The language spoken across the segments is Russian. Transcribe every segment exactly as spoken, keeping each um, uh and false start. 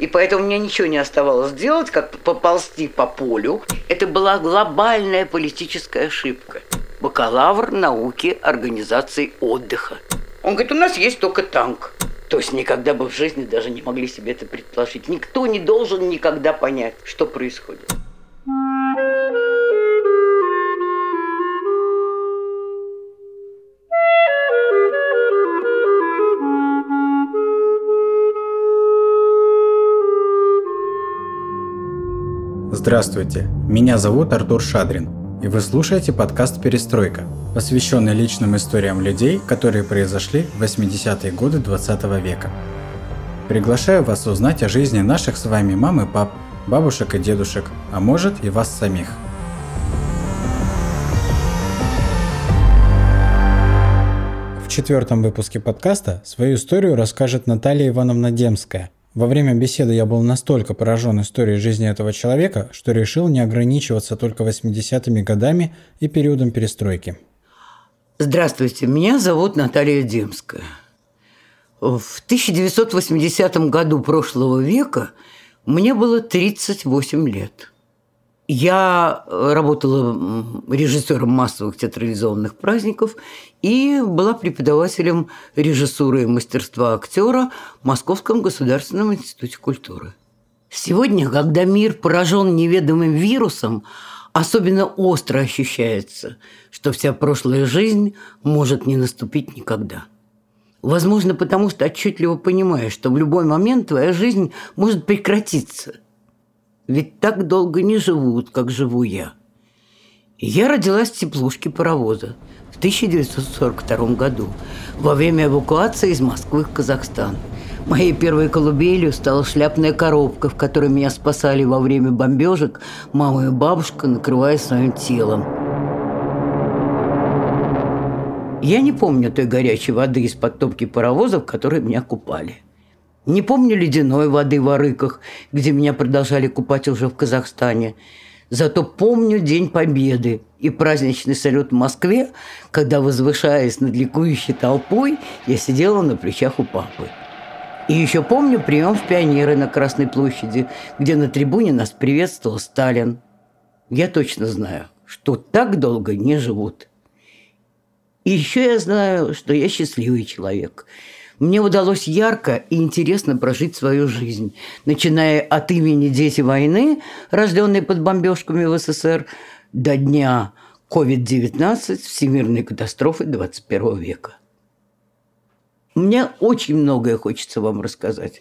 И поэтому мне ничего не оставалось делать, как поползти по полю. Это была глобальная политическая ошибка. Бакалавр науки организации отдыха. Он говорит, у нас есть только танк. То есть никогда бы в жизни даже не могли себе это предположить. Никто не должен никогда понять, что происходит. Здравствуйте, меня зовут Артур Шадрин, и вы слушаете подкаст «Перестройка», посвященный личным историям людей, которые произошли в восьмидесятые годы двадцатого века. Приглашаю вас узнать о жизни наших с вами мам и пап, бабушек и дедушек, а может и вас самих. В четвертом выпуске подкаста свою историю расскажет Наталья Ивановна Демская. Во время беседы я был настолько поражен историей жизни этого человека, что решил не ограничиваться только восьмидесятыми годами и периодом перестройки. Здравствуйте, меня зовут Наталья Демская. В тысяча девятьсот восьмидесятом году прошлого века мне было тридцать восемь лет. Я работала режиссером массовых театрализованных праздников и была преподавателем режиссуры и мастерства актера в Московском государственном институте культуры. Сегодня, когда мир поражен неведомым вирусом, особенно остро ощущается, что вся прошлая жизнь может не наступить никогда. Возможно, потому что отчетливо понимаешь, что в любой момент твоя жизнь может прекратиться. Ведь так долго не живут, как живу я. И я родилась в теплушке паровоза в тысяча девятьсот сорок втором году во время эвакуации из Москвы в Казахстан. Моей первой колыбелью стала шляпная коробка, в которой меня спасали во время бомбежек мама и бабушка, накрывая своим телом. Я не помню той горячей воды из-под топки паровоза, в которой меня купали. Не помню ледяной воды в Арыках, где меня продолжали купать уже в Казахстане. Зато помню День Победы и праздничный салют в Москве, когда, возвышаясь над ликующей толпой, я сидела на плечах у папы. И еще помню прием в Пионеры на Красной площади, где на трибуне нас приветствовал Сталин. Я точно знаю, что так долго не живут. И еще я знаю, что я счастливый человек. Мне удалось ярко и интересно прожить свою жизнь, начиная от имени «Дети войны», рожденной под бомбежками в СССР, до дня ковид девятнадцать, всемирной катастрофы двадцать первого века. Мне очень многое хочется вам рассказать.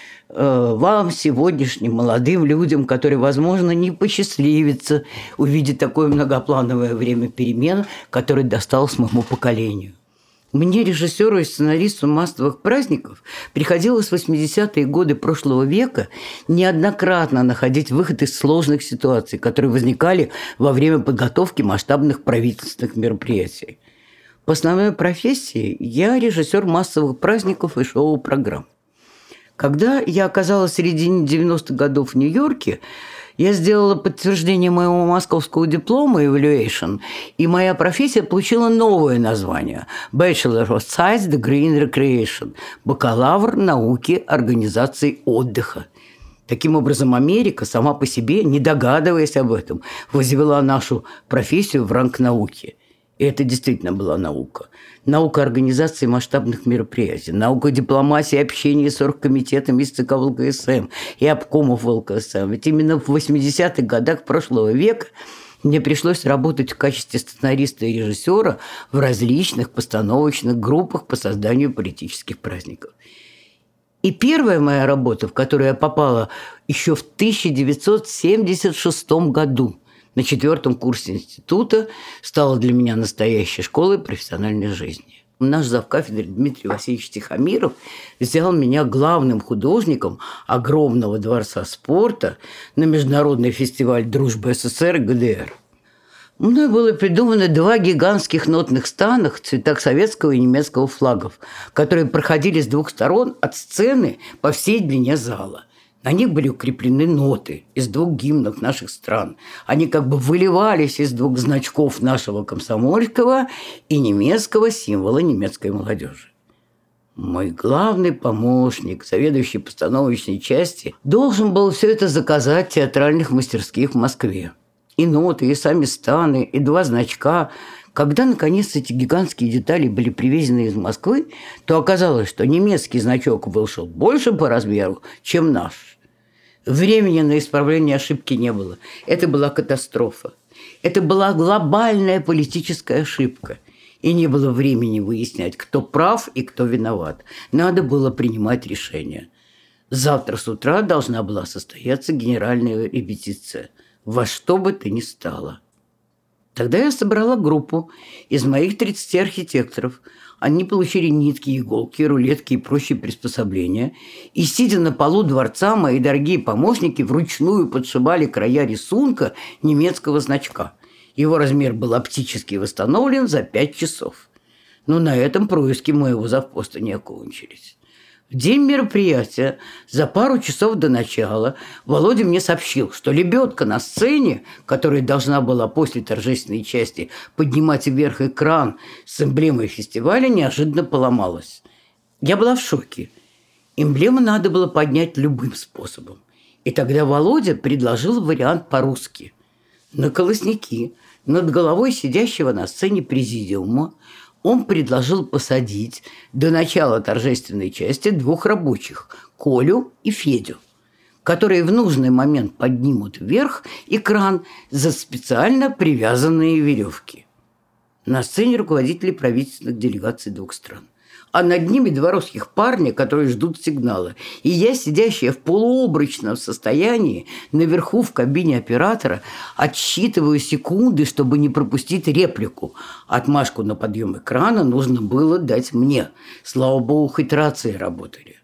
Вам, сегодняшним молодым людям, которые, возможно, не посчастливится увидеть такое многоплановое время перемен, которое досталось моему поколению. Мне, режиссеру и сценаристу массовых праздников, приходилось в восьмидесятые годы прошлого века неоднократно находить выход из сложных ситуаций, которые возникали во время подготовки масштабных правительственных мероприятий. По основной профессии я режиссер массовых праздников и шоу-программ. Когда я оказалась в середине девяностых годов в Нью-Йорке, я сделала подтверждение моего московского диплома Evaluation, и моя профессия получила новое название – Bachelor of Science Degree in Recreation – бакалавр науки организации отдыха. Таким образом, Америка сама по себе, не догадываясь об этом, возвела нашу профессию в ранг науки. И это действительно была наука. Наука организации масштабных мероприятий, наука дипломатии, общения с оргкомитетами из ЦК ВЛКСМ и обкомов ВЛКСМ. Ведь именно в восьмидесятых годах прошлого века мне пришлось работать в качестве сценариста и режиссера в различных постановочных группах по созданию политических праздников. И первая моя работа, в которую я попала еще в тысяча девятьсот семьдесят шестом году, на четвертом курсе института, стала для меня настоящей школой профессиональной жизни. Наш завкафедры Дмитрий Васильевич Тихомиров взял меня главным художником огромного дворца спорта на международный фестиваль дружбы СССР и ГДР. Мной было придумано два гигантских нотных стана в цветах советского и немецкого флагов, которые проходили с двух сторон от сцены по всей длине зала. На них были укреплены ноты из двух гимнов наших стран. Они как бы выливались из двух значков нашего комсомольского и немецкого символа немецкой молодежи. Мой главный помощник, заведующий постановочной части, должен был все это заказать в театральных мастерских в Москве. И ноты, и сами станы, и два значка. Когда, наконец, эти гигантские детали были привезены из Москвы, то оказалось, что немецкий значок вышел больше по размеру, чем наш. Времени на исправление ошибки не было. Это была катастрофа. Это была глобальная политическая ошибка. И не было времени выяснять, кто прав и кто виноват. Надо было принимать решение. Завтра с утра должна была состояться генеральная репетиция. Во что бы то ни стало. Тогда я собрала группу из моих тридцати архитекторов. Они получили нитки, иголки, рулетки и прочие приспособления. И, сидя на полу дворца, мои дорогие помощники вручную подшивали края рисунка немецкого значка. Его размер был оптически восстановлен за пять часов. Но на этом происки моего завпоста не окончились. В день мероприятия, за пару часов до начала, Володя мне сообщил, что лебедка на сцене, которая должна была после торжественной части поднимать вверх экран с эмблемой фестиваля, неожиданно поломалась. Я была в шоке. Эмблему надо было поднять любым способом. И тогда Володя предложил вариант по-русски. На колосники над головой сидящего на сцене президиума он предложил посадить до начала торжественной части двух рабочих – Колю и Федю, которые в нужный момент поднимут вверх экран за специально привязанные веревки. На сцене руководители правительственных делегаций двух стран. А над ними два русских парня, которые ждут сигнала. И я, сидящая в полуобрачном состоянии, наверху в кабине оператора, отсчитываю секунды, чтобы не пропустить реплику. Отмашку на подъем экрана нужно было дать мне. Слава богу, хоть рации работали.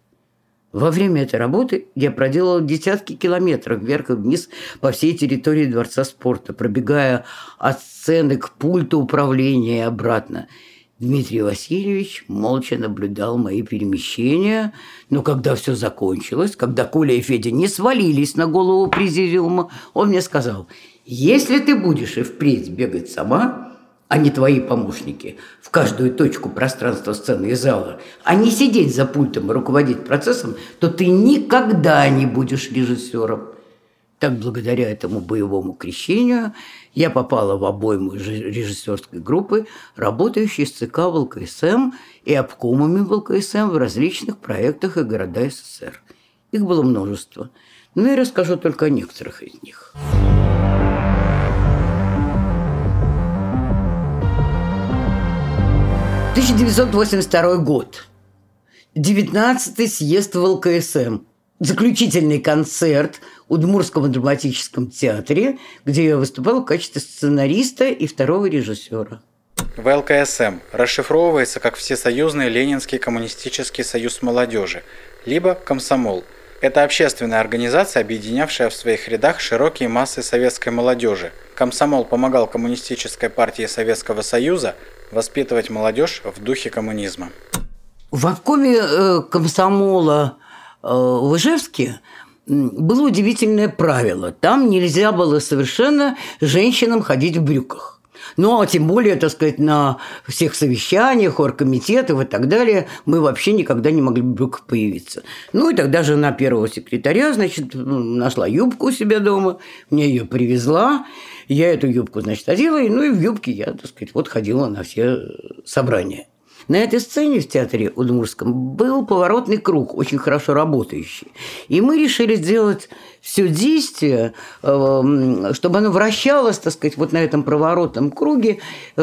Во время этой работы я проделала десятки километров вверх и вниз по всей территории Дворца спорта, пробегая от сцены к пульту управления и обратно. Дмитрий Васильевич молча наблюдал мои перемещения, но когда все закончилось, когда Коля и Федя не свалились на голову президиума, он мне сказал: «Если ты будешь и впредь бегать сама, а не твои помощники, в каждую точку пространства сцены и зала, а не сидеть за пультом и руководить процессом, то ты никогда не будешь режиссером». Так, благодаря этому боевому крещению, я попала в обойму режиссерской группы, работающей с ЦК ВЛКСМ и обкомами ВЛКСМ в различных проектах и городах СССР. Их было множество, но я расскажу только о некоторых из них. тысяча девятьсот восемьдесят второй год. девятнадцатый съезд ВЛКСМ. Заключительный концерт в Удмуртском драматическом театре, где я выступала в качестве сценариста и второго режиссера. ВЛКСМ расшифровывается как Всесоюзный Ленинский коммунистический союз молодежи, либо комсомол. Это общественная организация, объединявшая в своих рядах широкие массы советской молодежи. Комсомол помогал Коммунистической партии Советского Союза воспитывать молодежь в духе коммунизма. В обкоме э, комсомола э, в Ижевске было удивительное правило. Там нельзя было совершенно женщинам ходить в брюках. Ну, а тем более, так сказать, на всех совещаниях, оргкомитетах и так далее мы вообще никогда не могли в брюках появиться. Ну, и тогда жена первого секретаря, значит, нашла юбку у себя дома, мне ее привезла, я эту юбку, значит, одела, ну, и в юбке я, так сказать, вот ходила на все собрания. На этой сцене в театре Удмуртском был поворотный круг, очень хорошо работающий. И мы решили сделать все действие, чтобы оно вращалось, так сказать, вот на этом поворотном круге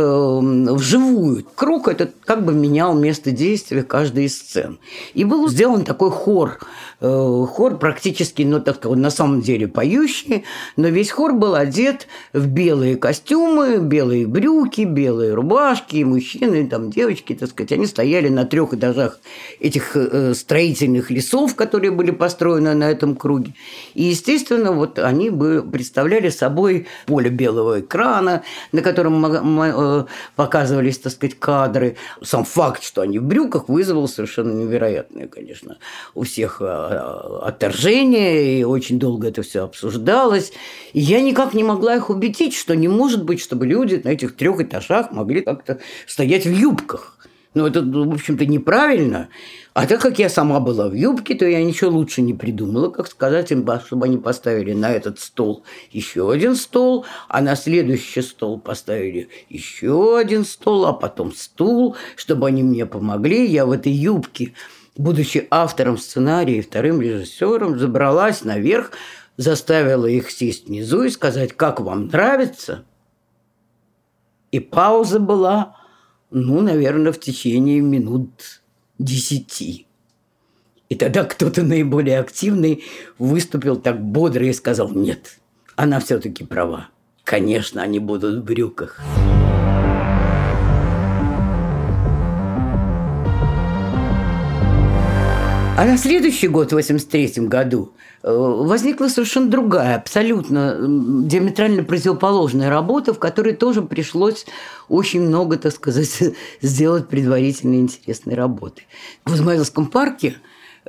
вживую. Круг этот как бы менял место действия каждой из сцен. И был сделан такой хор. Хор практически, ну, так сказать, на самом деле поющий, но весь хор был одет в белые костюмы, белые брюки, белые рубашки, и мужчины, и там девочки, так сказать, они стояли на трех этажах этих строительных лесов, которые были построены на этом круге. И, естественно, вот они бы представляли собой поле белого экрана, на котором показывались, так сказать, кадры. Сам факт, что они в брюках, вызвал совершенно невероятное, конечно, у всех отторжение, и очень долго это все обсуждалось. И я никак не могла их убедить, что не может быть, чтобы люди на этих трех этажах могли как-то стоять в юбках. Но это, в общем-то, неправильно. А так как я сама была в юбке, то я ничего лучше не придумала, как сказать им, чтобы они поставили на этот стол еще один стол, а на следующий стол поставили еще один стол, а потом стул, чтобы они мне помогли. Я в этой юбке, будучи автором сценария и вторым режиссером, забралась наверх, заставила их сесть внизу и сказать, как вам нравится. И пауза была... Ну, наверное, в течение минут десяти. И тогда кто-то наиболее активный выступил так бодро и сказал, нет, она все-таки права. Конечно, они будут в брюках. А на следующий год, в восемьдесят третьем году, возникла совершенно другая, абсолютно диаметрально противоположная работа, в которой тоже пришлось очень много, так сказать, сделать предварительно интересной работы. В Измаиловском парке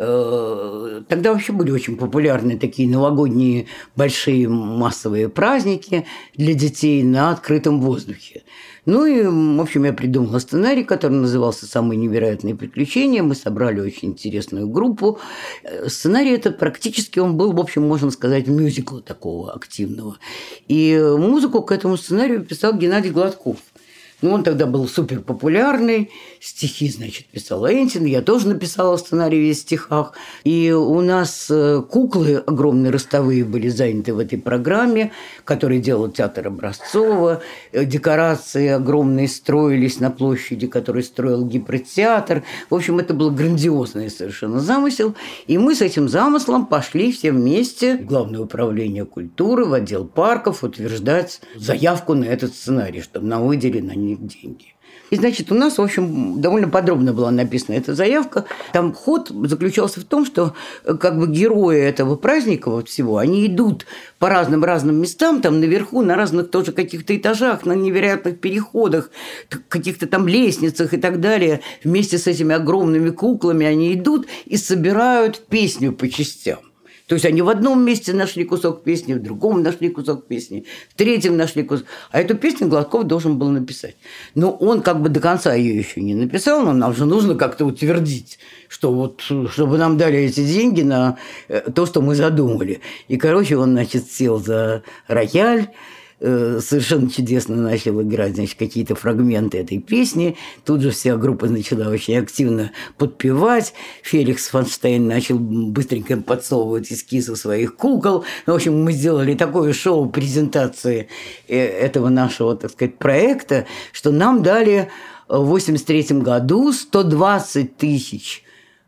тогда вообще были очень популярны такие новогодние большие массовые праздники для детей на открытом воздухе. Ну и, в общем, я придумала сценарий, который назывался «Самые невероятные приключения». Мы собрали очень интересную группу. Сценарий этот практически, он был, в общем, можно сказать, мюзикла такого активного. И музыку к этому сценарию писал Геннадий Гладков. Ну, он тогда был супер популярный, стихи, значит, писал Энтин, я тоже написала сценарий весь в стихах. И у нас куклы огромные ростовые были заняты в этой программе, которую делал театр Образцова. Декорации огромные строились на площади, которую строил гипротеатр. В общем, это был грандиозный совершенно замысел. И мы с этим замыслом пошли все вместе в Главное управление культуры, в отдел парков утверждать заявку на этот сценарий, чтобы нам выделили на них деньги. И, значит, у нас, в общем, довольно подробно была написана эта заявка. Там ход заключался в том, что как бы герои этого праздника вот всего, они идут по разным-разным местам, там наверху, на разных тоже каких-то этажах, на невероятных переходах, каких-то там лестницах и так далее. Вместе с этими огромными куклами они идут и собирают песню по частям. То есть они в одном месте нашли кусок песни, в другом нашли кусок песни, в третьем нашли кусок. А эту песню Гладков должен был написать. Но он как бы до конца ее еще не написал, но нам же нужно как-то утвердить, что вот, чтобы нам дали эти деньги на то, что мы задумали. И, короче, он, значит, сел за рояль, совершенно чудесно начал играть, значит, какие-то фрагменты этой песни. Тут же вся группа начала очень активно подпевать. Феликс Фонштейн начал быстренько подсовывать эскизы своих кукол. В общем, мы сделали такое шоу презентации этого нашего, так сказать, проекта, что нам дали в восемьдесят третьем году сто двадцать тысяч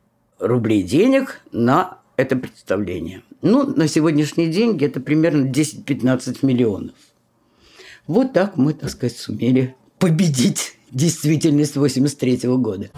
рублей денег на это представление. Ну, на сегодняшние деньги это примерно десять-пятнадцать миллионов. Вот так мы, так сказать, сумели победить действительность восемьдесят третьего года.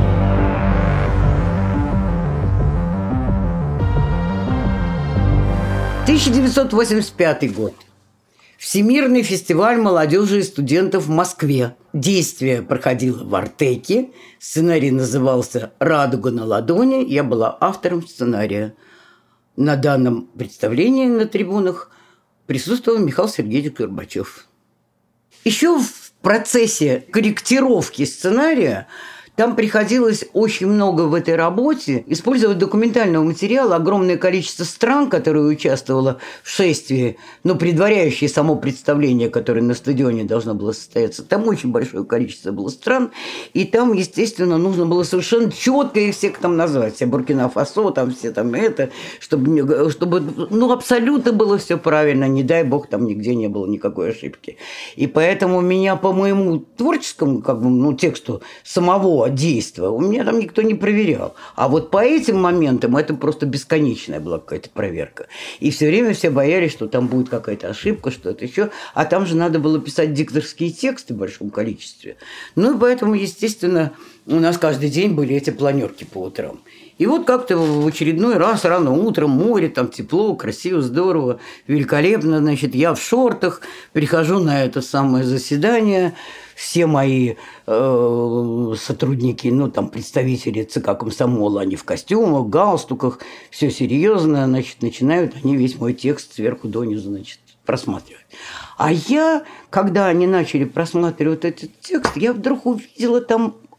тысяча девятьсот восемьдесят пятый год. Всемирный фестиваль молодежи и студентов в Москве. Действие проходило в Артеке. Сценарий назывался «Радуга на ладони». Я была автором сценария. На данном представлении на трибунах присутствовал Михаил Сергеевич Горбачев. Еще в процессе корректировки сценария там приходилось очень много в этой работе использовать документального материала, огромное количество стран, которые участвовало в шествии, но предваряющие само представление, которое на стадионе должно было состояться. Там очень большое количество было стран, и там, естественно, нужно было совершенно четко их всех там назвать. Все Буркина-Фасо, там все там это, чтобы, чтобы ну, абсолютно было все правильно, не дай бог, там нигде не было никакой ошибки. И поэтому меня по моему творческому как бы, ну, тексту самого действия у меня там никто не проверял. А вот по этим моментам это просто бесконечная была какая-то проверка. И все время все боялись, что там будет какая-то ошибка, что-то еще. А там же надо было писать дикторские тексты в большом количестве. Ну и поэтому, естественно, у нас каждый день были эти планерки по утрам. И вот как-то в очередной раз рано утром, море, там тепло, красиво, здорово, великолепно. Значит, я в шортах прихожу на это самое заседание. Все мои э, сотрудники, ну, там, представители ЦК комсомола, они в костюмах, галстуках, все серьезно, значит, начинают они весь мой текст сверху донизу, значит, просматривать. А я, когда они начали просматривать этот текст, я вдруг увидела там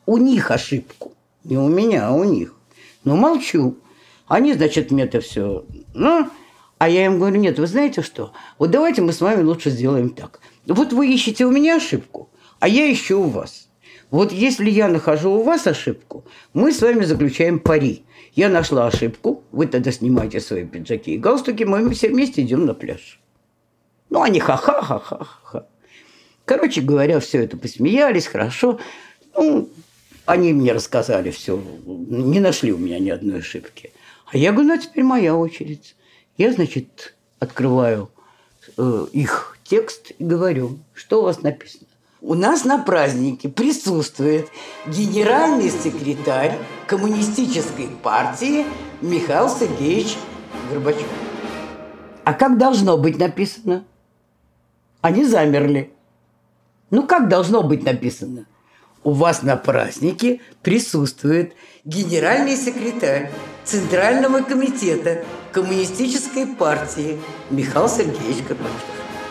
у них ошибку. Не у меня, а у них. Но молчу. Они, значит, мне это все... Ну, а я им говорю, нет, вы знаете что? Вот давайте мы с вами лучше сделаем так. Вот вы ищете у меня ошибку, а я ищу у вас. Вот если я нахожу у вас ошибку, мы с вами заключаем пари. Я нашла ошибку, вы тогда снимаете свои пиджаки и галстуки, мы все вместе идем на пляж. Ну, они ха-ха-ха-ха-ха. Короче говоря, все это посмеялись, хорошо. Ну, они мне рассказали все, не нашли у меня ни одной ошибки. А я говорю, ну, а теперь моя очередь. Я, значит, открываю э, их текст и говорю, что у вас написано. У нас на празднике присутствует генеральный секретарь Коммунистической партии Михаил Сергеевич Горбачев. А как должно быть написано? Они замерли. Ну, как должно быть написано? У вас на празднике присутствует генеральный секретарь Центрального комитета Коммунистической партии Михаил Сергеевич Горбачев.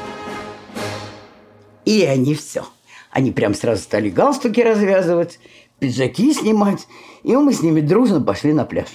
И они все. Они прям сразу стали галстуки развязывать, пиджаки снимать, и мы с ними дружно пошли на пляж.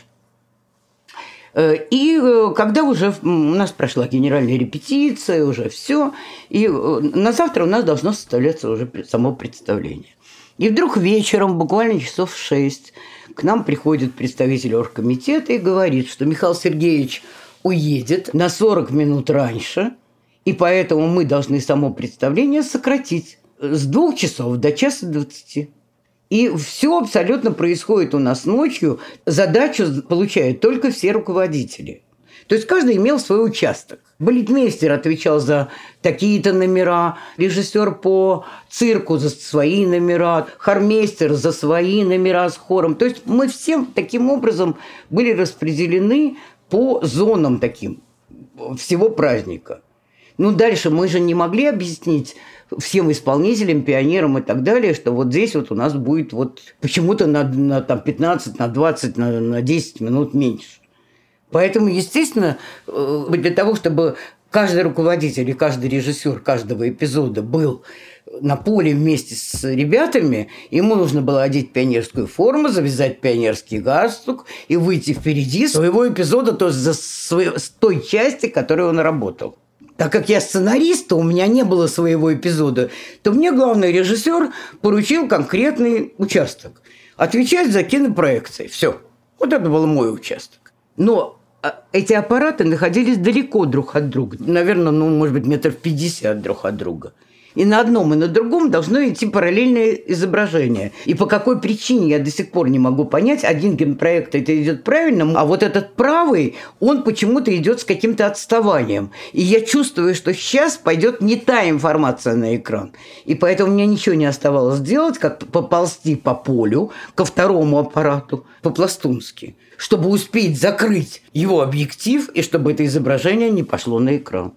И когда уже у нас прошла генеральная репетиция, уже все, и на завтра у нас должно составляться уже само представление. И вдруг вечером, буквально часов в шесть, к нам приходит представитель оргкомитета и говорит, что Михаил Сергеевич уедет на сорок минут раньше, и поэтому мы должны само представление сократить с двух часов до часа двадцати. И все абсолютно происходит у нас ночью. Задачу получают только все руководители. То есть каждый имел свой участок. Балетмейстер отвечал за такие-то номера, режиссер по цирку за свои номера, хормейстер за свои номера с хором. То есть мы всем таким образом были распределены по зонам таким всего праздника. Ну, дальше мы же не могли объяснить всем исполнителям, пионерам и так далее, что вот здесь вот у нас будет вот почему-то на, на там, пятнадцать, на двадцать, на, на десять минут меньше. Поэтому, естественно, для того, чтобы каждый руководитель и каждый режиссер каждого эпизода был на поле вместе с ребятами, ему нужно было одеть пионерскую форму, завязать пионерский галстук и выйти впереди своего эпизода, то есть за свой, с той части, которой он работал. Так как я сценарист, у меня не было своего эпизода, то мне главный режиссер поручил конкретный участок. Отвечать за кинопроекции. Все. Вот это был мой участок. Но эти аппараты находились далеко друг от друга. Наверное, ну, может быть, метров пятьдесят друг от друга. И на одном, и на другом должно идти параллельное изображение. И по какой причине я до сих пор не могу понять, один генпроект это идет правильно, а вот этот правый, он почему-то идет с каким-то отставанием. И я чувствую, что сейчас пойдет не та информация на экран. И поэтому мне ничего не оставалось делать, как поползти по полю ко второму аппарату по-пластунски, чтобы успеть закрыть его объектив и чтобы это изображение не пошло на экран.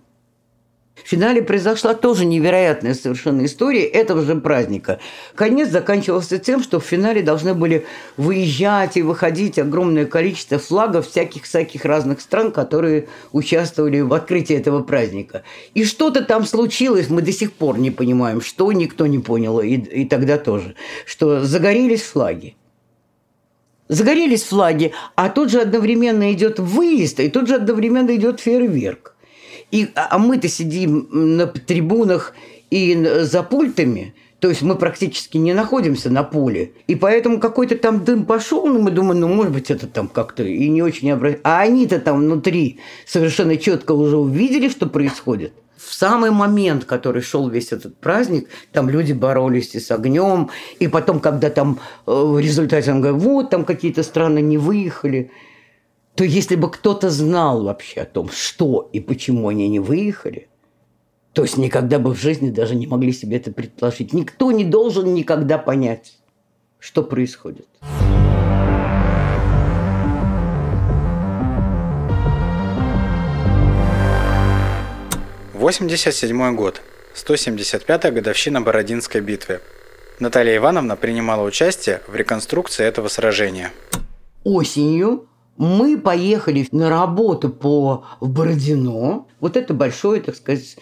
В финале произошла тоже невероятная совершенно история этого же праздника. Конец заканчивался тем, что в финале должны были выезжать и выходить огромное количество флагов всяких-всяких разных стран, которые участвовали в открытии этого праздника. И что-то там случилось, мы до сих пор не понимаем, что никто не понял, и, и тогда тоже, что загорелись флаги. Загорелись флаги, а тут же одновременно идет выезд, и тут же одновременно идет фейерверк. И, а мы-то сидим на трибунах и за пультами, то есть мы практически не находимся на поле. И поэтому какой-то там дым пошел, ну мы думаем, ну может быть это там как-то и не очень обращается. А они-то там внутри совершенно четко уже увидели, что происходит. В самый момент, который шел весь этот праздник, там люди боролись и с огнем, и потом, когда там в результате он говорит, вот там какие-то страны не выехали, то если бы кто-то знал вообще о том, что и почему они не выехали, то есть никогда бы в жизни даже не могли себе это предположить. Никто не должен никогда понять, что происходит. восемьдесят седьмой год. сто семьдесят пятая годовщина Бородинской битвы. Наталья Ивановна принимала участие в реконструкции этого сражения. Осенью мы поехали на работу по, в Бородино. Вот это большой, так сказать,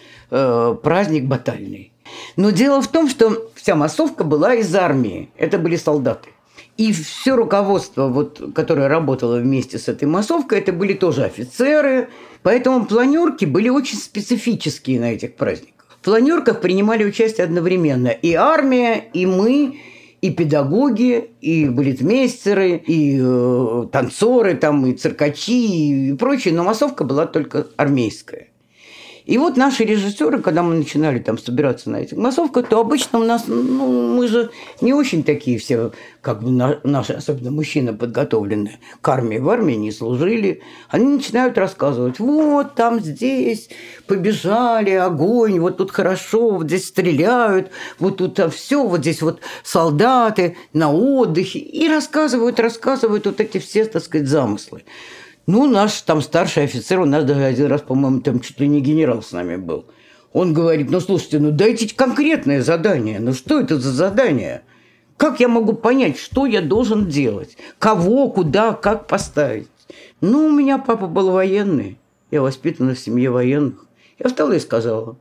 праздник батальный. Но дело в том, что вся массовка была из армии. Это были солдаты. И все руководство, вот, которое работало вместе с этой массовкой, это были тоже офицеры. Поэтому планерки были очень специфические на этих праздниках. В планерках принимали участие одновременно и армия, и мы, и педагоги, и балетмейстеры, и э, танцоры, там, и циркачи, и прочее. Но массовка была только армейская. И вот наши режиссеры, когда мы начинали там собираться на этих массовках, то обычно у нас, ну, мы же не очень такие все, как бы наши, особенно мужчины, подготовленные к армии, в армии не служили. Они начинают рассказывать: вот там здесь побежали, огонь, вот тут хорошо, вот здесь стреляют, вот тут все, вот здесь вот солдаты на отдыхе. И рассказывают, рассказывают вот эти все, так сказать, замыслы. Ну, наш там старший офицер, у нас даже один раз, по-моему, там чуть ли не генерал с нами был. Он говорит: ну, слушайте, ну, дайте конкретное задание. Ну, что это за задание? Как я могу понять, что я должен делать? Кого, куда, как поставить? Ну, у меня папа был военный. Я воспитана в семье военных. Я встала и сказала: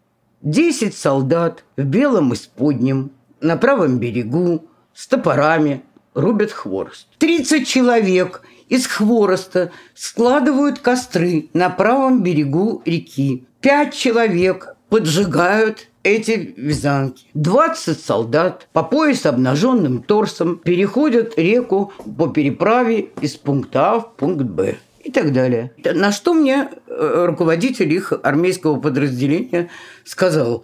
десять солдат в белом исподнем на правом берегу с топорами рубят хворост. тридцать человек из хвороста складывают костры на правом берегу реки. Пять человек поджигают эти вязанки. двадцать солдат по пояс обнаженным торсом переходят реку по переправе из пункта А в пункт Б. И так далее. На что мне руководитель их армейского подразделения сказал: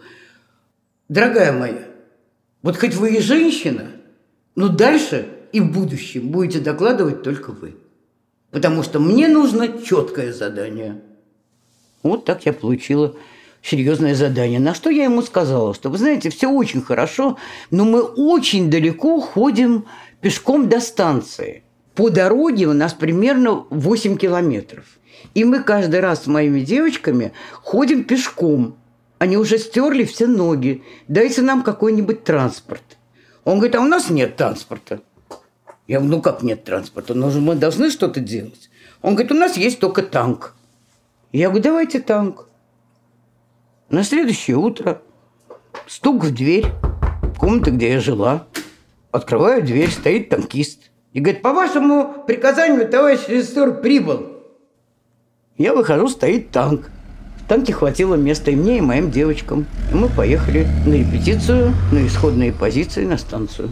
дорогая моя, вот хоть вы и женщина, но дальше и в будущем будете докладывать только вы. Потому что мне нужно четкое задание. Вот так я получила серьезное задание. На что я ему сказала, что, вы знаете, все очень хорошо, но мы очень далеко ходим пешком до станции. По дороге у нас примерно восемь километров. И мы каждый раз с моими девочками ходим пешком. Они уже стерли все ноги. Дайте нам какой-нибудь транспорт. Он говорит: а у нас нет транспорта. Я говорю: ну как нет транспорта? Но мы должны что-то делать. Он говорит: у нас есть только танк. Я говорю: давайте танк. На следующее утро стук в дверь комнаты, где я жила. Открываю дверь, стоит танкист. И говорит: по вашему приказанию, товарищ режиссер, прибыл. Я выхожу, стоит танк. В танке хватило места и мне, и моим девочкам. И мы поехали на репетицию, на исходные позиции, на станцию.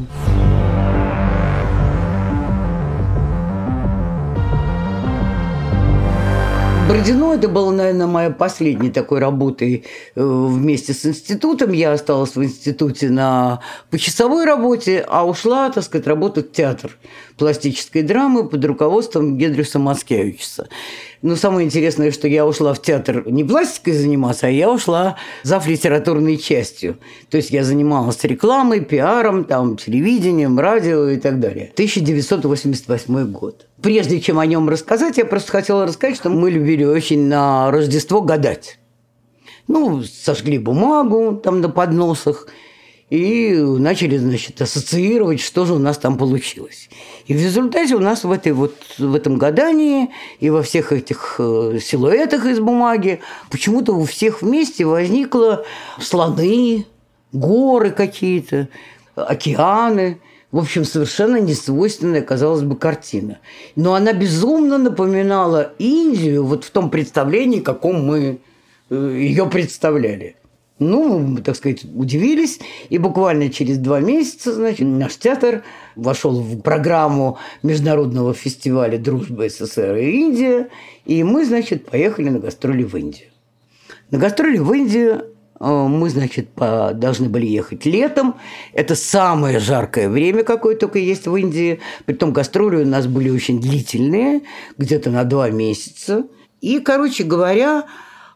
Бородино – это была, наверное, моя последняя такой работой вместе с институтом. Я осталась в институте на почасовой работе, а ушла, так сказать, работать в театр пластической драмы под руководством Гедрюса Мацкевича. Но самое интересное, что я ушла в театр не пластикой заниматься, а я ушла зав. Литературной частью. То есть я занималась рекламой, пиаром, там, телевидением, радио и так далее. тысяча девятьсот восемьдесят восьмой год. Прежде чем о нем рассказать, я просто хотела рассказать, что мы любили очень на Рождество гадать. Ну, сожгли бумагу там на подносах и начали, значит, ассоциировать, что же у нас там получилось. И в результате у нас в, этой вот, в этом гадании и во всех этих силуэтах из бумаги почему-то у всех вместе возникло слоны, горы какие-то, океаны. В общем, совершенно несвойственная, казалось бы, картина. Но она безумно напоминала Индию вот в том представлении, каком мы ее представляли. Ну, так сказать, удивились. И буквально через два месяца, значит, наш театр вошел в программу Международного фестиваля дружбы СССР и Индия. И мы, значит, поехали на гастроли в Индию. На гастроли в Индию мы, значит, по, должны были ехать летом. Это самое жаркое время, какое только есть в Индии. Притом гастроли у нас были очень длительные, где-то на два месяца. И, короче говоря,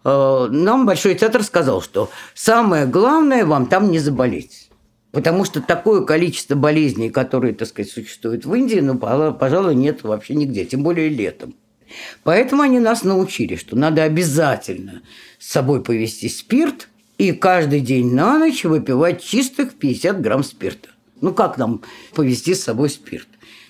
нам Большой театр сказал, что самое главное вам там не заболеть. Потому что такое количество болезней, которые, так сказать, существуют в Индии, ну, пожалуй, нет вообще нигде, тем более летом. Поэтому они нас научили, что надо обязательно с собой повезти спирт и каждый день на ночь выпивать чистых пятьдесят грамм спирта. Ну, как нам повезти с собой спирт?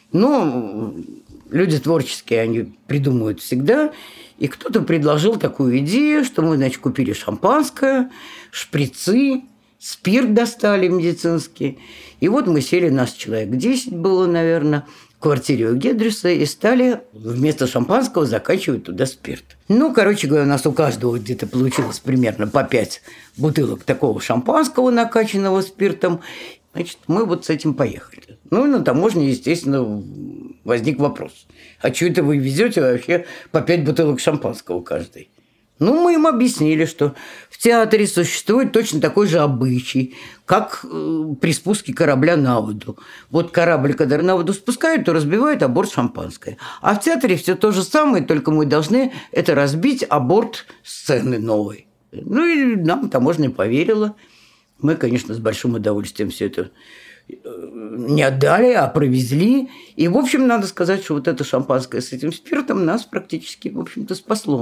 Ну, люди творческие, они придумывают всегда. И кто-то предложил такую идею, что мы, значит, купили шампанское, шприцы спирт достали медицинский. И вот мы сели, нас человек десять было, наверное, в квартире у Гедриса и стали вместо шампанского закачивать туда спирт. Ну, короче говоря, у нас у каждого где-то получилось примерно по пять бутылок такого шампанского, накачанного спиртом. Значит, мы вот с этим поехали. Ну, и на таможне, естественно, возник вопрос. А что это вы везете вообще по пять бутылок шампанского каждый? Ну, мы им объяснили, что в театре существует точно такой же обычай, как э, при спуске корабля на воду. Вот корабль, когда на воду спускают, то разбивают о борт шампанское. А в театре все то же самое, только мы должны это разбить о борт сцены новой. Ну, и нам таможня поверила. Мы, конечно, с большим удовольствием все это не отдали, а провезли. И, в общем, надо сказать, что вот это шампанское с этим спиртом нас практически, в общем-то, спасло.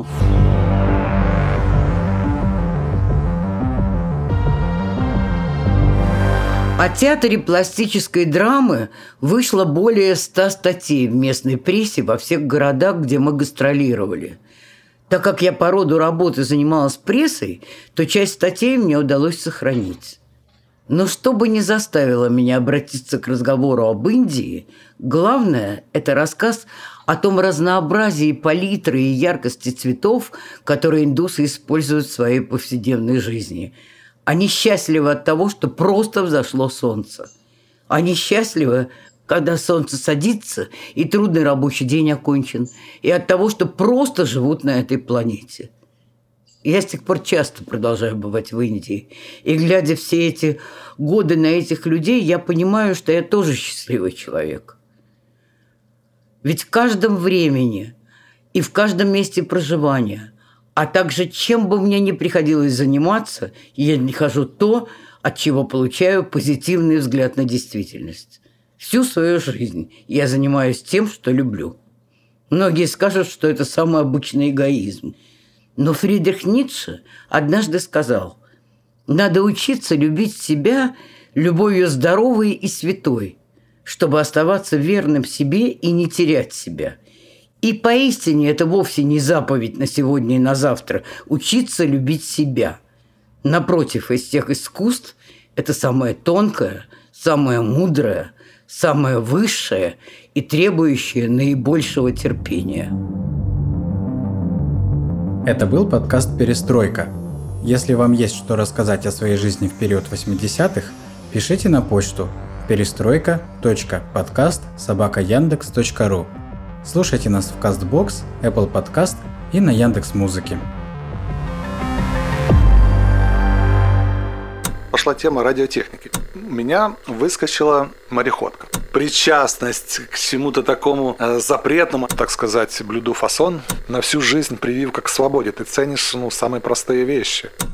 О театре пластической драмы вышло более ста статей в местной прессе во всех городах, где мы гастролировали. Так как я по роду работы занималась прессой, то часть статей мне удалось сохранить. Но что бы ни заставило меня обратиться к разговору об Индии, главное – это рассказ о том разнообразии палитры и яркости цветов, которые индусы используют в своей повседневной жизни. Они счастливы от того, что просто взошло солнце. Они счастливы, когда солнце садится, и трудный рабочий день окончен, и от того, что просто живут на этой планете. Я с тех пор часто продолжаю бывать в Индии, и, глядя все эти годы на этих людей, я понимаю, что я тоже счастливый человек. Ведь в каждом времени и в каждом месте проживания, а также чем бы мне ни приходилось заниматься, я нахожу то, от чего получаю позитивный взгляд на действительность. Всю свою жизнь я занимаюсь тем, что люблю. Многие скажут, что это самый обычный эгоизм. Но Фридрих Ницше однажды сказал: «Надо учиться любить себя любовью здоровой и святой, чтобы оставаться верным себе и не терять себя». И поистине это вовсе не заповедь на сегодня и на завтра – учиться любить себя. Напротив, из всех искусств это самое тонкое, самое мудрое, самое высшее и требующее наибольшего терпения. Это был подкаст «Перестройка». Если вам есть что рассказать о своей жизни в период восьмидесятых, пишите на почту перестройка точка подкаст собака яндекс точка ру. Слушайте нас в Castbox, Apple Podcast и на Яндекс.Музыке. Пошла тема радиотехники. У меня выскочила мореходка. Причастность к чему-то такому э, запретному, так сказать, блюду фасон, на всю жизнь прививка к свободе. Ты ценишь ну, самые простые вещи.